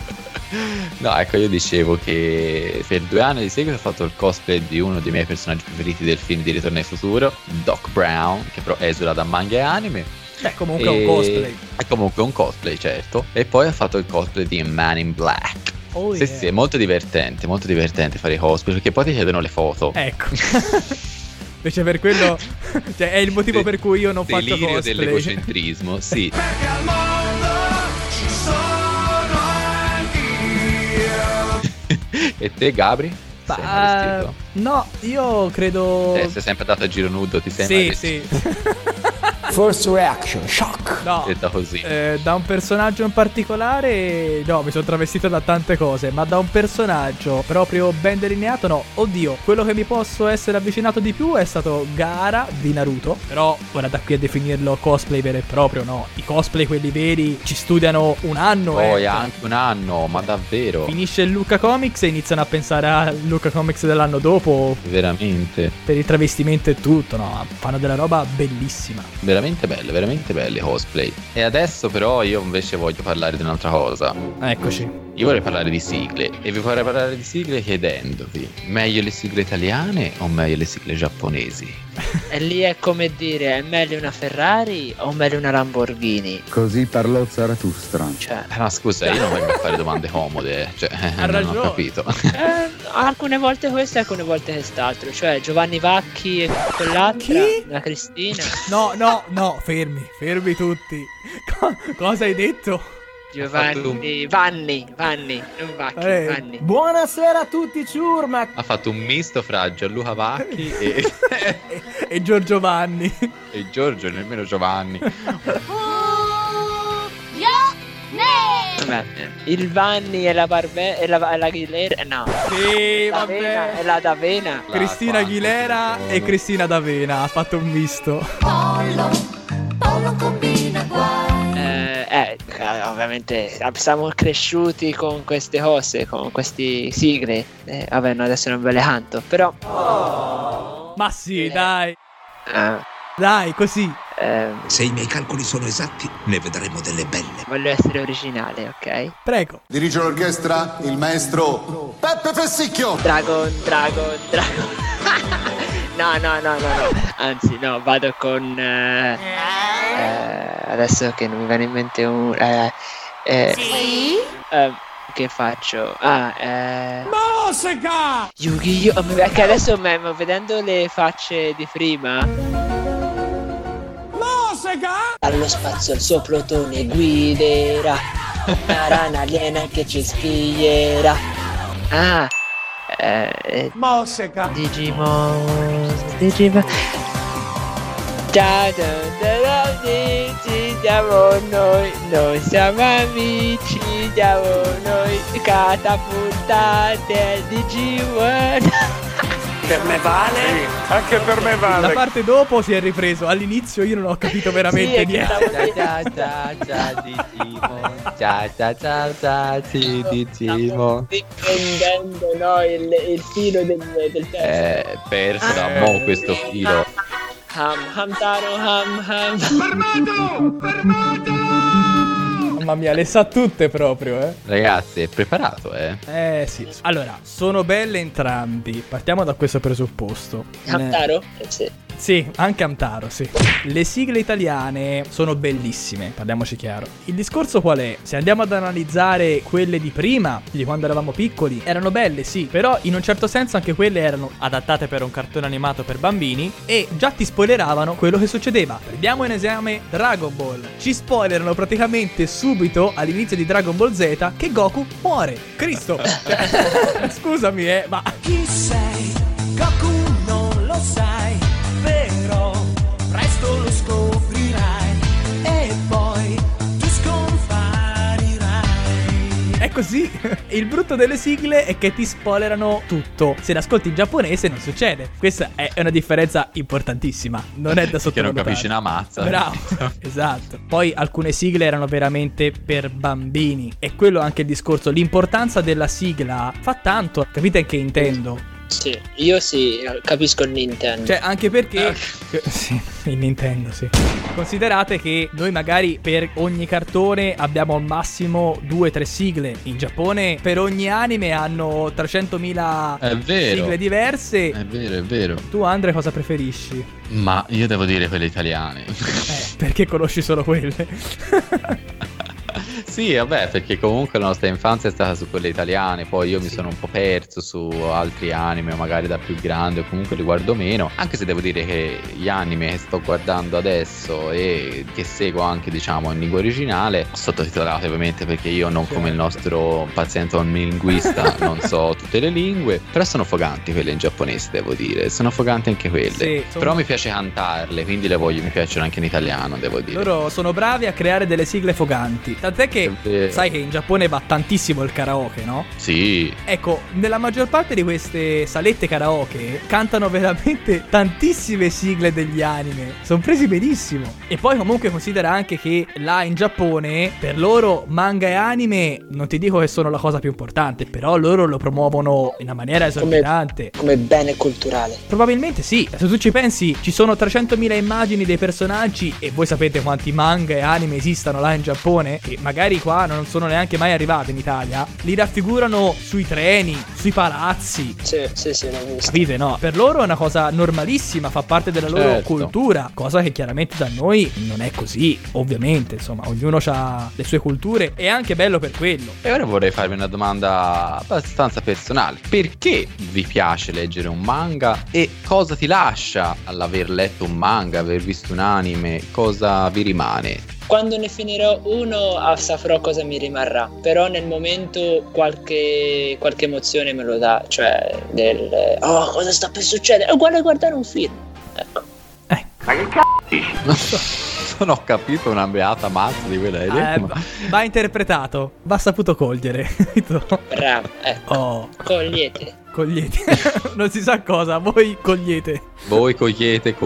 No, ecco, io dicevo che per 2 anni di seguito ho fatto il cosplay di uno dei miei personaggi preferiti del film di Ritorno al Futuro, Doc Brown, che però esula da manga e anime. Comunque è un cosplay. È comunque un cosplay, certo. E poi ho fatto il cosplay di Man in Black. Oh, sì, è molto divertente fare i cosplay, perché poi ti chiedono le foto. Ecco. Invece per quello, cioè, è il motivo per cui io non faccio Delirio cosplay. dell'egocentrismo, sì. Perché al mondo ci sono anch'io. E te, Gabri? Sei mai vestito? No, io credo... Sei sempre andato a giro nudo, ti sei mai vestito? Sì. First reaction, shock. No, Detta così. Da un personaggio in particolare, no, mi sono travestito da tante cose, ma da un personaggio proprio ben delineato, no. Oddio, quello che mi posso essere avvicinato di più è stato Gaara di Naruto. Però ora da qui a definirlo cosplay vero e proprio, no. I cosplay, quelli veri, ci studiano un anno. Poi anche un anno, ma davvero. Finisce il Lucca Comics e iniziano a pensare al Lucca Comics dell'anno dopo. Veramente. Per il travestimento e tutto, no. Fanno della roba bellissima. Veramente belle cosplay. E adesso però io invece voglio parlare di un'altra cosa. Eccoci. Io vorrei parlare di sigle. E vi vorrei parlare di sigle chiedendovi: meglio le sigle italiane o meglio le sigle giapponesi? E lì è come dire, è meglio una Ferrari o meglio una Lamborghini? Così parlò Zarathustra. Cioè, Ma scusa, io non vengo a fare domande comode. Cioè, non ho capito. alcune volte questo e alcune volte quest'altro. Cioè Giovanni Vacchi e quell'altra, la Cristina. No, fermi tutti. Cosa hai detto? Giovanni Vanni, non Vacchi, Vanni. Buonasera a tutti, ciurma. Ha fatto un misto fra Gianluca Vacchi e Giorgio Vanni. E Giorgio, nemmeno Giovanni. Vabbè, il Vanni e la Barbè e la Aguilera. No. Sì, vabbè. E la D'Avena. Cristina Aguilera e Cristina D'Avena. Ha fatto un misto. Pollo combina guai. Ovviamente siamo cresciuti con queste cose, con questi sigle. Vabbè, no, adesso non ve le canto, però. Ma sì, dai. Dai, così. Se i miei calcoli sono esatti, ne vedremo delle belle. Voglio essere originale, ok? Prego. Dirige l'orchestra il maestro Peppe Fessicchio. Dragon. No. Anzi, no, vado con. Adesso che non mi viene in mente un. Sì? Che faccio? Mosca! Yu-Gi-Oh! Perché adesso vedendo le facce di prima. Mosca! Allo spazio il suo plotone guiderà. Una rana aliena che ci spierà. Mosca! Digimon. Ciao, ci siamo noi, non siamo amici, siamo noi, catapultate di G1. Per me vale? Sì, anche per me vale. La parte dopo si è ripreso, all'inizio io non ho capito veramente niente. Dicimo. Riprendendo il filo del testo. Perso da mo' questo filo. Ham taro, ham. Mamma mia, le sa tutte proprio, Ragazzi, è preparato, sì. Allora, sono belle entrambi. Partiamo da questo presupposto. Hamtaro? Sì. Sì, anche Hamtaro, sì. Le sigle italiane sono bellissime, parliamoci chiaro. Il discorso qual è? Se andiamo ad analizzare quelle di prima, di quando eravamo piccoli, erano belle, sì, però in un certo senso anche quelle erano adattate per un cartone animato per bambini e già ti spoileravano quello che succedeva. Prendiamo in esame Dragon Ball. Ci spoilerano praticamente subito all'inizio di Dragon Ball Z che Goku muore. Cristo. Scusami, ma Chi sei? Goku non lo sai, però presto lo scoprirai e poi tu scomparirai. è così. Il brutto delle sigle è che ti spoilerano tutto. Se l'ascolti in giapponese non succede. Questa è una differenza importantissima. Non è da sottovalutare. Che non capisci una mazza. Bravo. Esatto. Poi alcune sigle erano veramente per bambini. E quello anche il discorso. L'importanza della sigla fa tanto. Capite che intendo? Sì, io sì, capisco il Nintendo. Cioè, anche perché sì, il Nintendo, sì. Considerate che noi magari per ogni cartone abbiamo al massimo 2-3 sigle. In Giappone per ogni anime hanno 300.000 sigle diverse. È vero. Tu, Andre, cosa preferisci? Ma io devo dire quelle italiane. Perché conosci solo quelle? Sì, vabbè, perché comunque la nostra infanzia è stata su quelle italiane. Poi io mi sono un po' perso su altri anime, magari da più grande, o comunque li guardo meno. Anche se devo dire che gli anime che sto guardando adesso e che seguo anche, diciamo, in lingua originale, sottotitolati ovviamente, perché io non come il nostro paziente linguista non so tutte le lingue. Però sono foganti quelle in giapponese, devo dire. Sono foganti anche quelle. Sì, però mi piace cantarle, quindi mi piacciono anche in italiano, devo dire. Loro sono bravi a creare delle sigle foganti. Tant'è che sai che in Giappone va tantissimo il karaoke, no? Sì. Ecco, nella maggior parte di queste salette karaoke cantano veramente tantissime sigle degli anime. Sono presi benissimo. E poi comunque considera anche che là in Giappone per loro manga e anime non ti dico che sono la cosa più importante, però loro lo promuovono in una maniera esorbitante. Come bene culturale. Probabilmente sì. Se tu ci pensi, ci sono 300.000 immagini dei personaggi e voi sapete quanti manga e anime esistano là in Giappone, che magari qua non sono neanche mai arrivati in Italia. Li raffigurano sui treni, sui palazzi. Sì, l'ho visto. Capite, no? Per loro è una cosa normalissima, fa parte della loro cultura, cosa che chiaramente da noi non è così, ovviamente. Insomma, ognuno ha le sue culture, è anche bello per quello. E ora vorrei farvi una domanda abbastanza personale. Perché vi piace leggere un manga e cosa ti lascia all'aver letto un manga, aver visto un anime? Cosa vi rimane? Quando ne finirò uno saprò cosa mi rimarrà, però nel momento qualche emozione me lo dà, cioè cosa sta per succedere? È uguale a guardare un film, ecco. Ma che c***o dici? Non ho capito una beata mazza di quella idea. Va interpretato, va saputo cogliere. Bravo, ecco. Cogliete. Non si sa cosa, voi cogliete. Voi cogliete.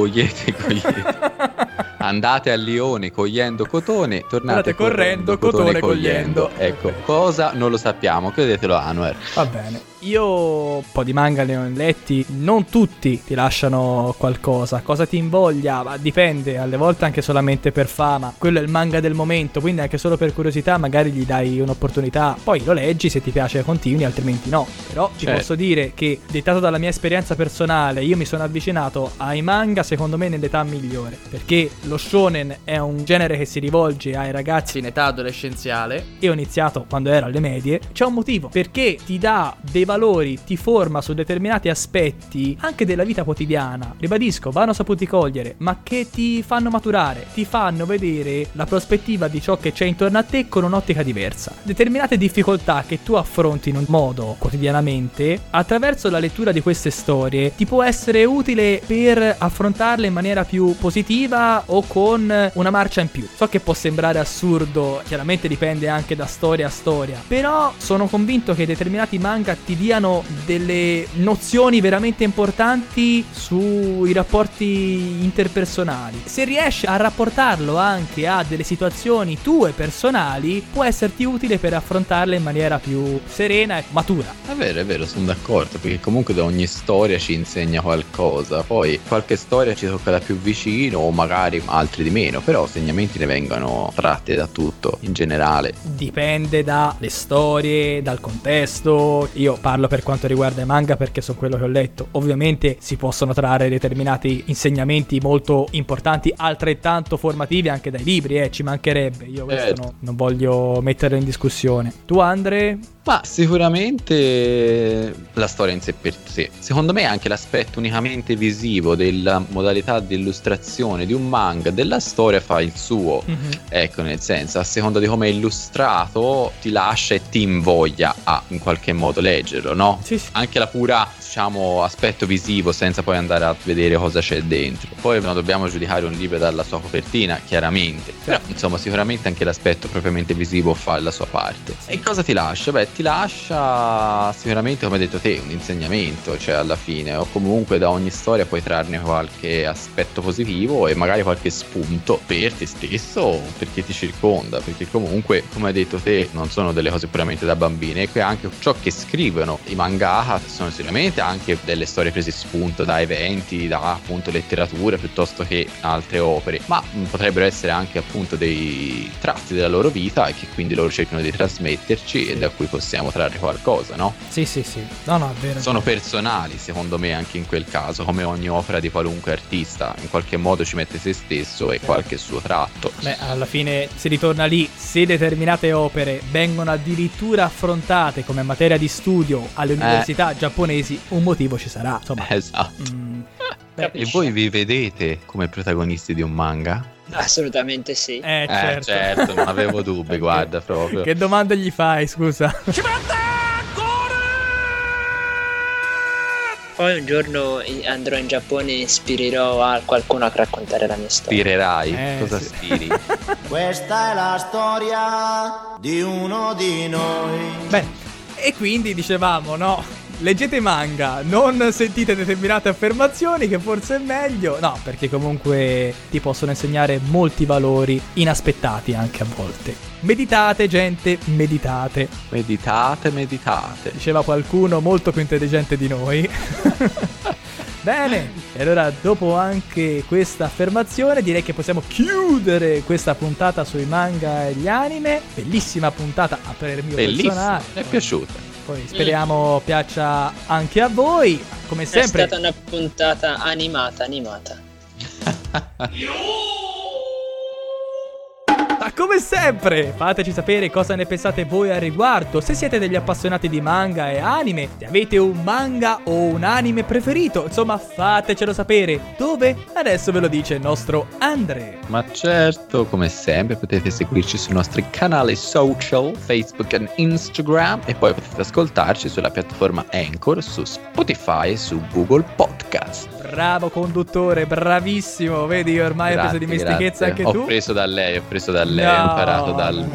Andate a Lione cogliendo cotone, tornate correndo cotone cogliendo. Ecco, cosa non lo sappiamo, chiedetelo a Anwar. Va bene. Io un po' di manga ne ho letti, non tutti ti lasciano qualcosa. Cosa ti invoglia? Ma dipende, alle volte anche solamente per fama. Quello è il manga del momento, quindi anche solo per curiosità magari gli dai un'opportunità. Poi lo leggi, se ti piace continui, altrimenti no. Però ti posso dire che, dettato dalla mia esperienza personale, io mi sono avvicinato ai manga secondo me nell'età migliore, perché lo shonen è un genere che si rivolge ai ragazzi in età adolescenziale e ho iniziato quando ero alle medie. C'è un motivo, perché ti dà dei valori, ti forma su determinati aspetti anche della vita quotidiana, ribadisco, vanno saputi cogliere, ma che ti fanno maturare, ti fanno vedere la prospettiva di ciò che c'è intorno a te con un'ottica diversa. Determinate difficoltà che tu affronti in un modo quotidianamente, attraverso la lettura di queste storie ti può essere utile per affrontarle in maniera più positiva o con una marcia in più. So che può sembrare assurdo, chiaramente dipende anche da storia a storia, però sono convinto che determinati manga ti diano delle nozioni veramente importanti sui rapporti interpersonali. Se riesci a rapportarlo anche a delle situazioni tue personali, può esserti utile per affrontarle in maniera più serena e matura. È vero, sono d'accordo, perché comunque da ogni storia ci insegna qualcosa, poi qualche storia ci tocca da più vicino o magari altri di meno, però segnamenti ne vengono tratti da tutto in generale. Dipende dalle storie, dal contesto. Io parlo per quanto riguarda i manga perché sono quello che ho letto. Ovviamente si possono trarre determinati insegnamenti molto importanti, altrettanto formativi anche dai libri, ci mancherebbe. Io questo non voglio metterlo in discussione. Tu, Andre? Ma sicuramente la storia in sé per sé. Secondo me anche l'aspetto unicamente visivo della modalità di illustrazione di un manga, della storia, fa il suo. Ecco, nel senso, a seconda di come è illustrato ti lascia e ti invoglia a in qualche modo leggerlo, no? Sì. Anche la pura, diciamo, aspetto visivo, senza poi andare a vedere cosa c'è dentro. Poi non dobbiamo giudicare un libro dalla sua copertina, chiaramente, però insomma sicuramente anche l'aspetto propriamente visivo fa la sua parte. E cosa ti lascia? Beh, ti lascia sicuramente, come hai detto te, un insegnamento, cioè alla fine, o comunque da ogni storia puoi trarne qualche aspetto positivo e magari qualche spunto per te stesso o per chi ti circonda, perché comunque, come hai detto te, non sono delle cose puramente da bambini, e anche ciò che scrivono i mangaka sono sicuramente anche delle storie prese spunto da eventi, da appunto letteratura piuttosto che altre opere, ma potrebbero essere anche appunto dei tratti della loro vita e che quindi loro cercano di trasmetterci e da cui possiamo trarre qualcosa, no? Sì. No, è vero. Sono personali, secondo me, anche in quel caso, come ogni opera di qualunque artista, in qualche modo ci mette se stesso e qualche suo tratto. Beh, alla fine si ritorna lì, se determinate opere vengono addirittura affrontate come materia di studio alle università giapponesi, un motivo ci sarà, insomma. Esatto. E voi vi vedete come protagonisti di un manga? Assolutamente sì. Certo, non avevo dubbi, guarda, proprio. Che domanda gli fai, scusa? Poi un giorno andrò in Giappone e ispirerò a qualcuno a raccontare la mia storia. Ispirerai? Cosa ispiri? Questa è la storia di uno di noi. Beh, e quindi dicevamo, no? Leggete manga, non sentite determinate affermazioni, che forse è meglio. No, perché comunque ti possono insegnare molti valori inaspettati anche a volte. Meditate, gente, meditate. Meditate. Diceva qualcuno molto più intelligente di noi. Bene, e allora dopo anche questa affermazione direi che possiamo chiudere questa puntata sui manga e gli anime. Bellissima puntata a per il mio personale. Mi è piaciuta. Poi speriamo piaccia anche a voi. Come sempre è stata una puntata animata. Ma come sempre fateci sapere cosa ne pensate voi al riguardo. Se siete degli appassionati di manga e anime, se avete un manga o un anime preferito, insomma fatecelo sapere. Dove? Adesso ve lo dice il nostro Andre. Ma certo, come sempre potete seguirci sui nostri canali social, Facebook e Instagram, e poi potete ascoltarci sulla piattaforma Anchor, su Spotify e su Google Podcast. Bravo conduttore, bravissimo. Vedi, ormai hai preso dimestichezza anche tu. Ho preso da lei, ho imparato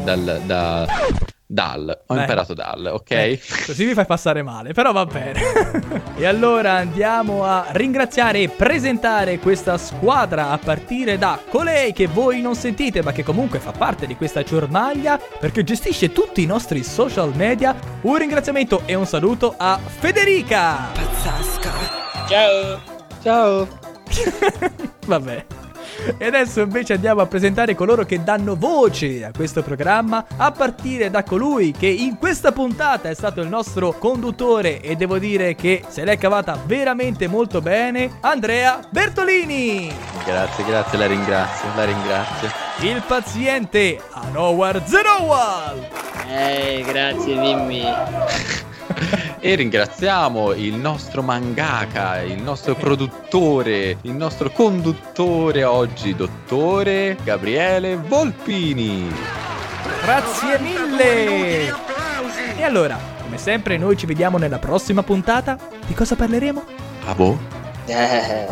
ho imparato dal, ok? Così mi fai passare male, però va bene. E allora andiamo a ringraziare e presentare questa squadra, a partire da colei che voi non sentite ma che comunque fa parte di questa ciurmaglia perché gestisce tutti i nostri social media. Un ringraziamento e un saluto a Federica. Pazzesca. Ciao. Vabbè. E adesso invece andiamo a presentare coloro che danno voce a questo programma, a partire da colui che in questa puntata è stato il nostro conduttore e devo dire che se l'è cavata veramente molto bene, Andrea Bertolini. Grazie, la ringrazio. Il paziente Anowar Zenowal. Grazie Mimmi. E ringraziamo il nostro mangaka, il nostro produttore, il nostro conduttore oggi, dottore Gabriele Volpini. Grazie mille! E allora, come sempre noi ci vediamo nella prossima puntata. Di cosa parleremo? Ah boh? E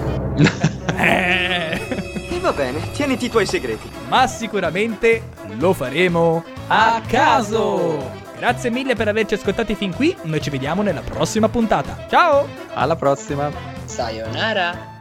va bene, tieniti i tuoi segreti. Ma sicuramente lo faremo a caso! Grazie mille per averci ascoltati fin qui. Noi ci vediamo nella prossima puntata. Ciao! Alla prossima! Sayonara!